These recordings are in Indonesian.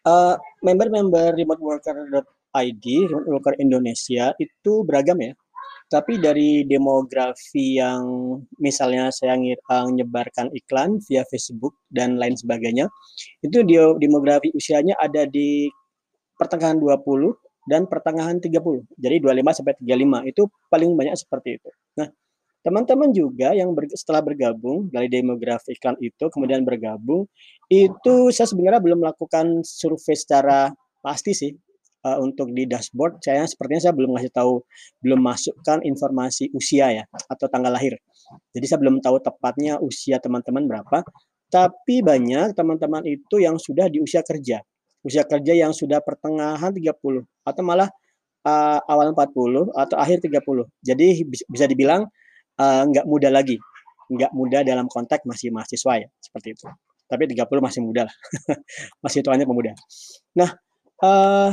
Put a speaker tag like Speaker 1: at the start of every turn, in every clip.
Speaker 1: Member-member remoteworker.id, remote worker Indonesia itu beragam ya. Tapi dari demografi yang misalnya saya nyebarkan iklan via Facebook dan lain sebagainya, itu dia demografi usianya ada di pertengahan 20 dan pertengahan 30. Jadi 25 sampai 35 itu paling banyak seperti itu. Nah, teman-teman juga yang setelah bergabung dari demografi iklan itu kemudian bergabung, itu saya sebenarnya belum melakukan survei secara pasti sih untuk di dashboard. Sepertinya saya belum ngasih tahu, belum masukkan informasi usia ya atau tanggal lahir. Jadi saya belum tahu tepatnya usia teman-teman berapa. Tapi banyak teman-teman itu yang sudah di usia kerja yang sudah pertengahan 30 atau malah awal 40 atau akhir 30. Jadi bisa dibilang nggak muda lagi, nggak muda dalam konteks masih mahasiswa ya, seperti itu. Tapi 30 masih muda lah, masih hitungannya pemuda. Nah, uh,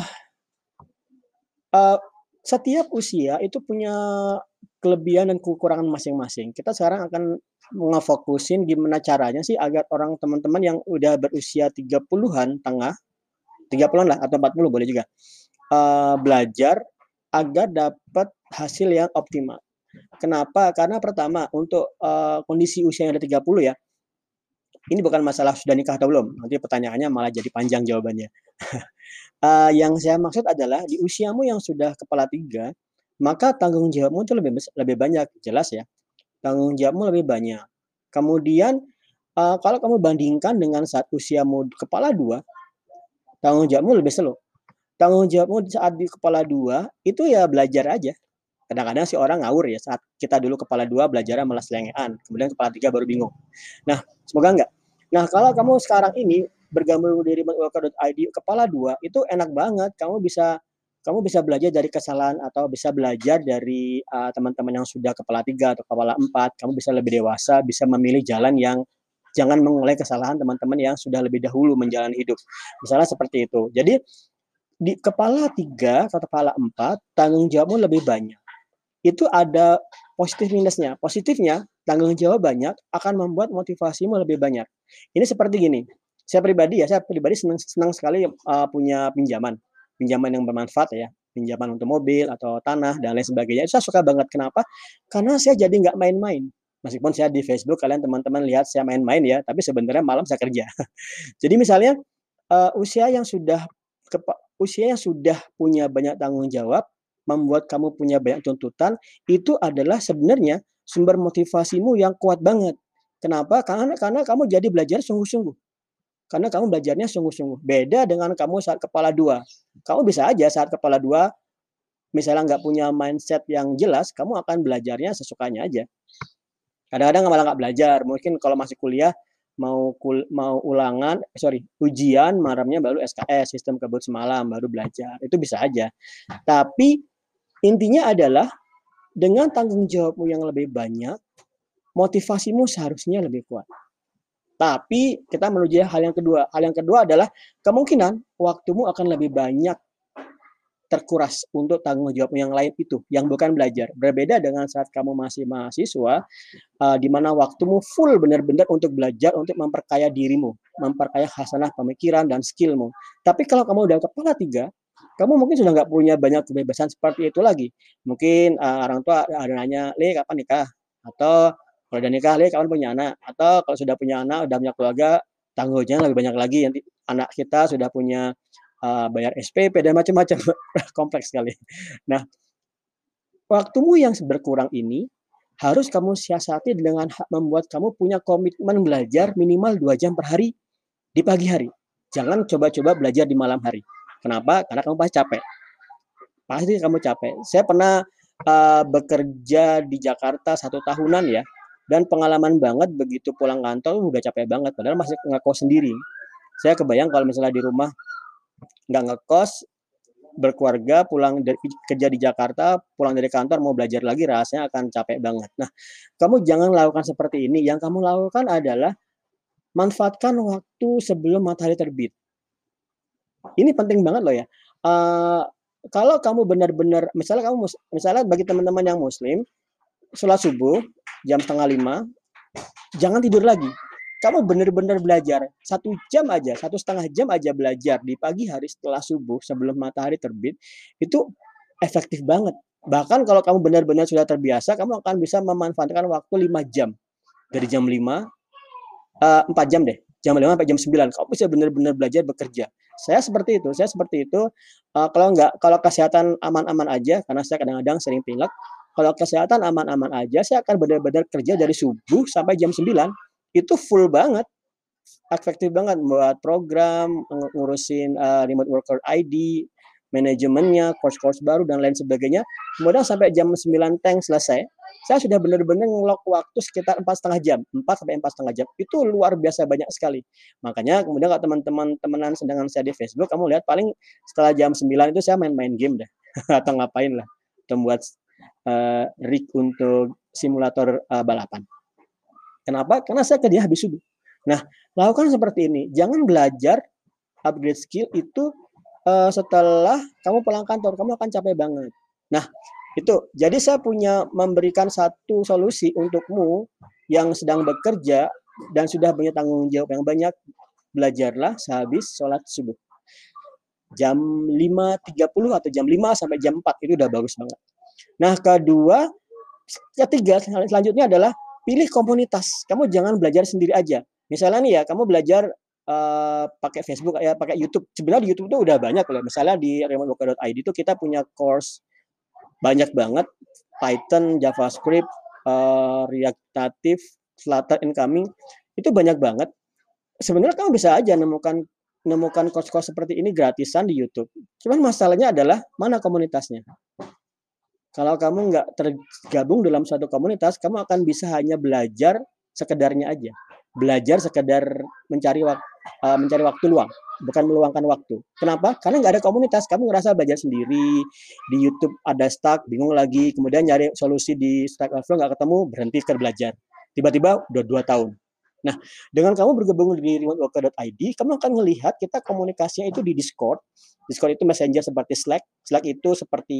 Speaker 1: uh, setiap usia itu punya kelebihan dan kekurangan masing-masing. Kita sekarang akan ngefokusin gimana caranya sih agar orang teman-teman yang udah berusia 30-an tengah, 30-an lah atau 40 boleh juga, belajar agar dapat hasil yang optimal. Kenapa? Karena pertama untuk kondisi usia yang ada 30 ya, ini bukan masalah sudah nikah atau belum. Nanti pertanyaannya malah jadi panjang jawabannya. Yang saya maksud adalah di usiamu yang sudah kepala tiga, maka tanggung jawabmu itu lebih banyak, jelas ya. Tanggung jawabmu lebih banyak. Kemudian kalau kamu bandingkan dengan saat usiamu kepala dua, tanggung jawabmu lebih slow. Tanggung jawabmu saat di kepala dua itu ya belajar aja. Kadang-kadang si orang ngawur ya, saat kita dulu kepala dua belajarnya malah selengean, kemudian kepala tiga baru bingung. Nah, semoga enggak. Nah, kalau kamu sekarang ini bergabung di remoteworker.id kepala dua, itu enak banget. Kamu bisa belajar dari kesalahan atau bisa belajar dari teman-teman yang sudah kepala tiga atau kepala empat. Kamu bisa lebih dewasa, bisa memilih jalan yang jangan mengulangi kesalahan teman-teman yang sudah lebih dahulu menjalani hidup. Misalnya seperti itu. Jadi di kepala tiga atau kepala empat, tanggung jawabmu lebih banyak. Itu ada positif minusnya. Positifnya, tanggung jawab banyak akan membuat motivasimu lebih banyak. Ini seperti gini, saya pribadi senang, senang sekali punya pinjaman yang bermanfaat ya, pinjaman untuk mobil atau tanah dan lain sebagainya. Itu saya suka banget. Kenapa? Karena saya jadi nggak main-main. Meskipun saya di Facebook, kalian teman-teman lihat saya main-main ya, tapi sebenarnya malam saya kerja. Jadi misalnya usia yang sudah usia yang sudah punya banyak tanggung jawab, membuat kamu punya banyak tuntutan, itu adalah sebenarnya sumber motivasimu yang kuat banget. Kenapa? Karena kamu jadi belajar sungguh-sungguh. Karena kamu belajarnya sungguh-sungguh. Beda dengan kamu saat kepala dua. Kamu bisa aja saat kepala dua, misalnya nggak punya mindset yang jelas, kamu akan belajarnya sesukanya aja. Kadang-kadang malah nggak belajar. Mungkin kalau masih kuliah, mau ujian malamnya baru SKS, sistem kebut semalam baru belajar. Itu bisa aja. Tapi intinya adalah dengan tanggung jawabmu yang lebih banyak, motivasimu seharusnya lebih kuat. Tapi kita menuju hal yang kedua. Hal yang kedua adalah kemungkinan waktumu akan lebih banyak terkuras untuk tanggung jawabmu yang lain itu, yang bukan belajar. Berbeda dengan saat kamu masih mahasiswa, di mana waktumu full benar-benar untuk belajar, untuk memperkaya dirimu, memperkaya hasanah pemikiran dan skillmu. Tapi kalau kamu udah kepala tiga, kamu mungkin sudah nggak punya banyak kebebasan seperti itu lagi. Mungkin orang tua ada nanya, Le kapan nikah? Atau kalau udah nikah, Le kapan punya anak? Atau kalau sudah punya anak, udah punya keluarga, tanggungannya lebih banyak lagi. Nanti anak kita sudah punya bayar SPP dan macam-macam. Kompleks sekali. Nah, waktumu yang berkurang ini harus kamu siasati dengan membuat kamu punya komitmen belajar minimal 2 jam per hari di pagi hari. Jangan coba-coba belajar di malam hari. Kenapa? Karena kamu pasti capek. Pasti kamu capek. Saya pernah bekerja di Jakarta 1 tahunan ya, dan pengalaman banget begitu pulang kantor udah capek banget, padahal masih ngekos sendiri. Saya kebayang kalau misalnya di rumah nggak ngekos, berkeluarga, pulang dari kerja di Jakarta, pulang dari kantor mau belajar lagi rasanya akan capek banget. Nah, kamu jangan lakukan seperti ini. Yang kamu lakukan adalah manfaatkan waktu sebelum matahari terbit. Ini penting banget loh ya. Kalau kamu benar-benar, misalnya bagi teman-teman yang muslim, sholat subuh jam 4:30, jangan tidur lagi. kamu benar-benar belajar 1 jam aja, 1,5 jam aja belajar di pagi hari setelah subuh sebelum matahari terbit, itu efektif banget. Bahkan kalau kamu benar-benar sudah terbiasa, kamu akan bisa memanfaatkan waktu 5 jam. Dari jam 5, 4 jam deh, jam 5 sampai jam 9, kamu bisa benar-benar belajar bekerja. Saya seperti itu, kalau kesehatan aman-aman aja, karena saya kadang-kadang sering pilek, kalau kesehatan aman-aman aja, saya akan benar-benar kerja dari subuh sampai jam 9, itu full banget, efektif banget buat program, ngurusin, remote worker ID, manajemennya, course-course baru, dan lain sebagainya. Kemudian sampai jam 9 teng selesai, saya sudah benar-benar nge-lock waktu sekitar 4,5 jam, 4 sampai 4,5 jam. Itu luar biasa banyak sekali. Makanya kemudian kalau teman-teman temenan sedangkan saya di Facebook, kamu lihat paling setelah jam 9 itu saya main-main game dah, atau ngapain lah, atau membuat rig untuk simulator balapan. Kenapa? Karena saya kerja habis subuh. Nah, lakukan seperti ini. Jangan belajar upgrade skill itu setelah kamu pulang kantor, kamu akan capek banget. Nah, itu. Jadi saya memberikan satu solusi untukmu yang sedang bekerja dan sudah punya tanggung jawab yang banyak. Belajarlah sehabis sholat subuh. Jam 5.30 atau jam 5 sampai jam 4 itu udah bagus banget. Nah, ketiga selanjutnya adalah pilih komunitas. Kamu jangan belajar sendiri aja. Misalnya nih ya, kamu belajar pakai Facebook ya, pakai YouTube. Sebenarnya di YouTube tuh udah banyak loh. Misalnya di remoteworker.id itu kita punya course banyak banget, Python, JavaScript, React Native, Flutter Incoming, itu banyak banget. Sebenarnya kamu bisa aja nemukan course-course seperti ini gratisan di YouTube. Cuman masalahnya adalah mana komunitasnya. Kalau kamu nggak tergabung dalam suatu komunitas, kamu akan bisa hanya belajar sekedarnya aja. Belajar sekedar mencari waktu luang, bukan meluangkan waktu. Kenapa? Karena nggak ada komunitas. Kamu ngerasa belajar sendiri, di YouTube ada stuck, bingung lagi, kemudian nyari solusi di Stack Overflow nggak ketemu, berhenti belajar. Tiba-tiba udah 2 tahun. Nah, dengan kamu bergabung di remoteworker.id, kamu akan melihat kita komunikasinya itu di Discord. Discord itu messenger seperti Slack. Slack itu seperti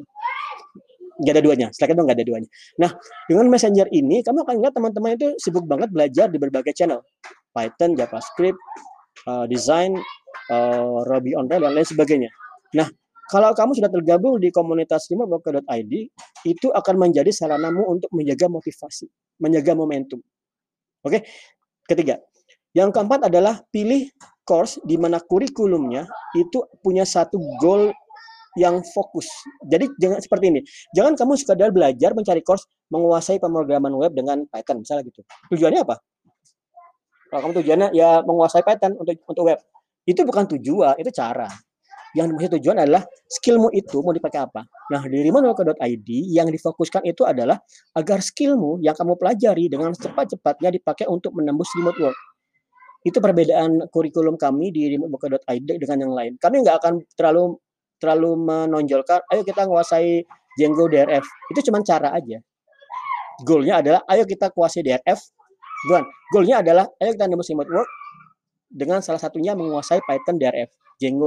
Speaker 1: nggak ada duanya, Slack itu nggak ada duanya. Nah, dengan Messenger ini, kamu akan lihat teman-teman itu sibuk banget belajar di berbagai channel. Python, JavaScript, design, Ruby on Rails, dan lain sebagainya. Nah, kalau kamu sudah tergabung di komunitas remoteworker.id, itu akan menjadi saranamu untuk menjaga motivasi, menjaga momentum. Oke, ketiga. Yang keempat adalah pilih course di mana kurikulumnya itu punya satu goal yang fokus. Jadi jangan seperti ini. Jangan kamu sekadar belajar mencari course menguasai pemrograman web dengan Python misalnya gitu. Tujuannya apa? Kalau kamu tujuannya ya menguasai Python untuk web. Itu bukan tujuan, itu cara. Yang dimaksud tujuan adalah skillmu itu mau dipakai apa. Nah, di remoteworker.id yang difokuskan itu adalah agar skillmu yang kamu pelajari dengan cepat-cepatnya dipakai untuk menembus remote work. Itu perbedaan kurikulum kami di remoteworker.id dengan yang lain. Kami nggak akan terlalu menonjolkan, ayo kita menguasai Django DRF. Itu cuma cara aja. Goalnya adalah, ayo kita kuasai DRF. Goalnya adalah, ayo kita nembus remote work dengan salah satunya menguasai Python DRF, Django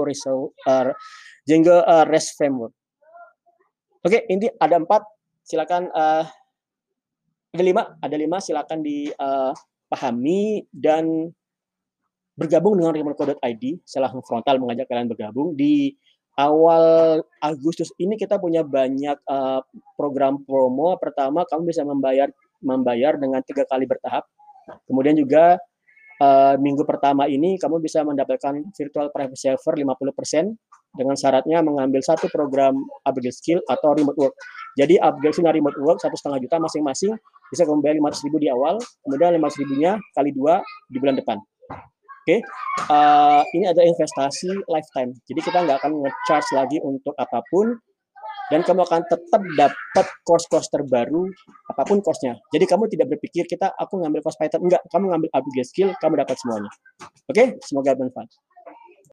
Speaker 1: REST Framework. Oke, ini ada 4. Silakan ada 5. Silakan dipahami dan bergabung dengan remoteworker.id. Saya langsung frontal mengajak kalian bergabung. Di awal Agustus ini kita punya banyak program promo. Pertama, kamu bisa membayar dengan 3 kali bertahap. Kemudian juga minggu pertama ini kamu bisa mendapatkan virtual private server 50% dengan syaratnya mengambil satu program upgrade skill atau remote work. Jadi upgrade skill dan remote work 1,5 juta masing-masing, bisa kamu bayar 500.000 di awal, kemudian 500.000-nya kali 2 di bulan depan. Oke, ini adalah investasi lifetime. Jadi kita nggak akan nge-charge lagi untuk apapun, dan kamu akan tetap dapat course-course terbaru, apapun course-nya. Jadi kamu tidak berpikir, aku ngambil course Python. Enggak, kamu ngambil upgrade skill, kamu dapat semuanya. Oke, semoga bermanfaat.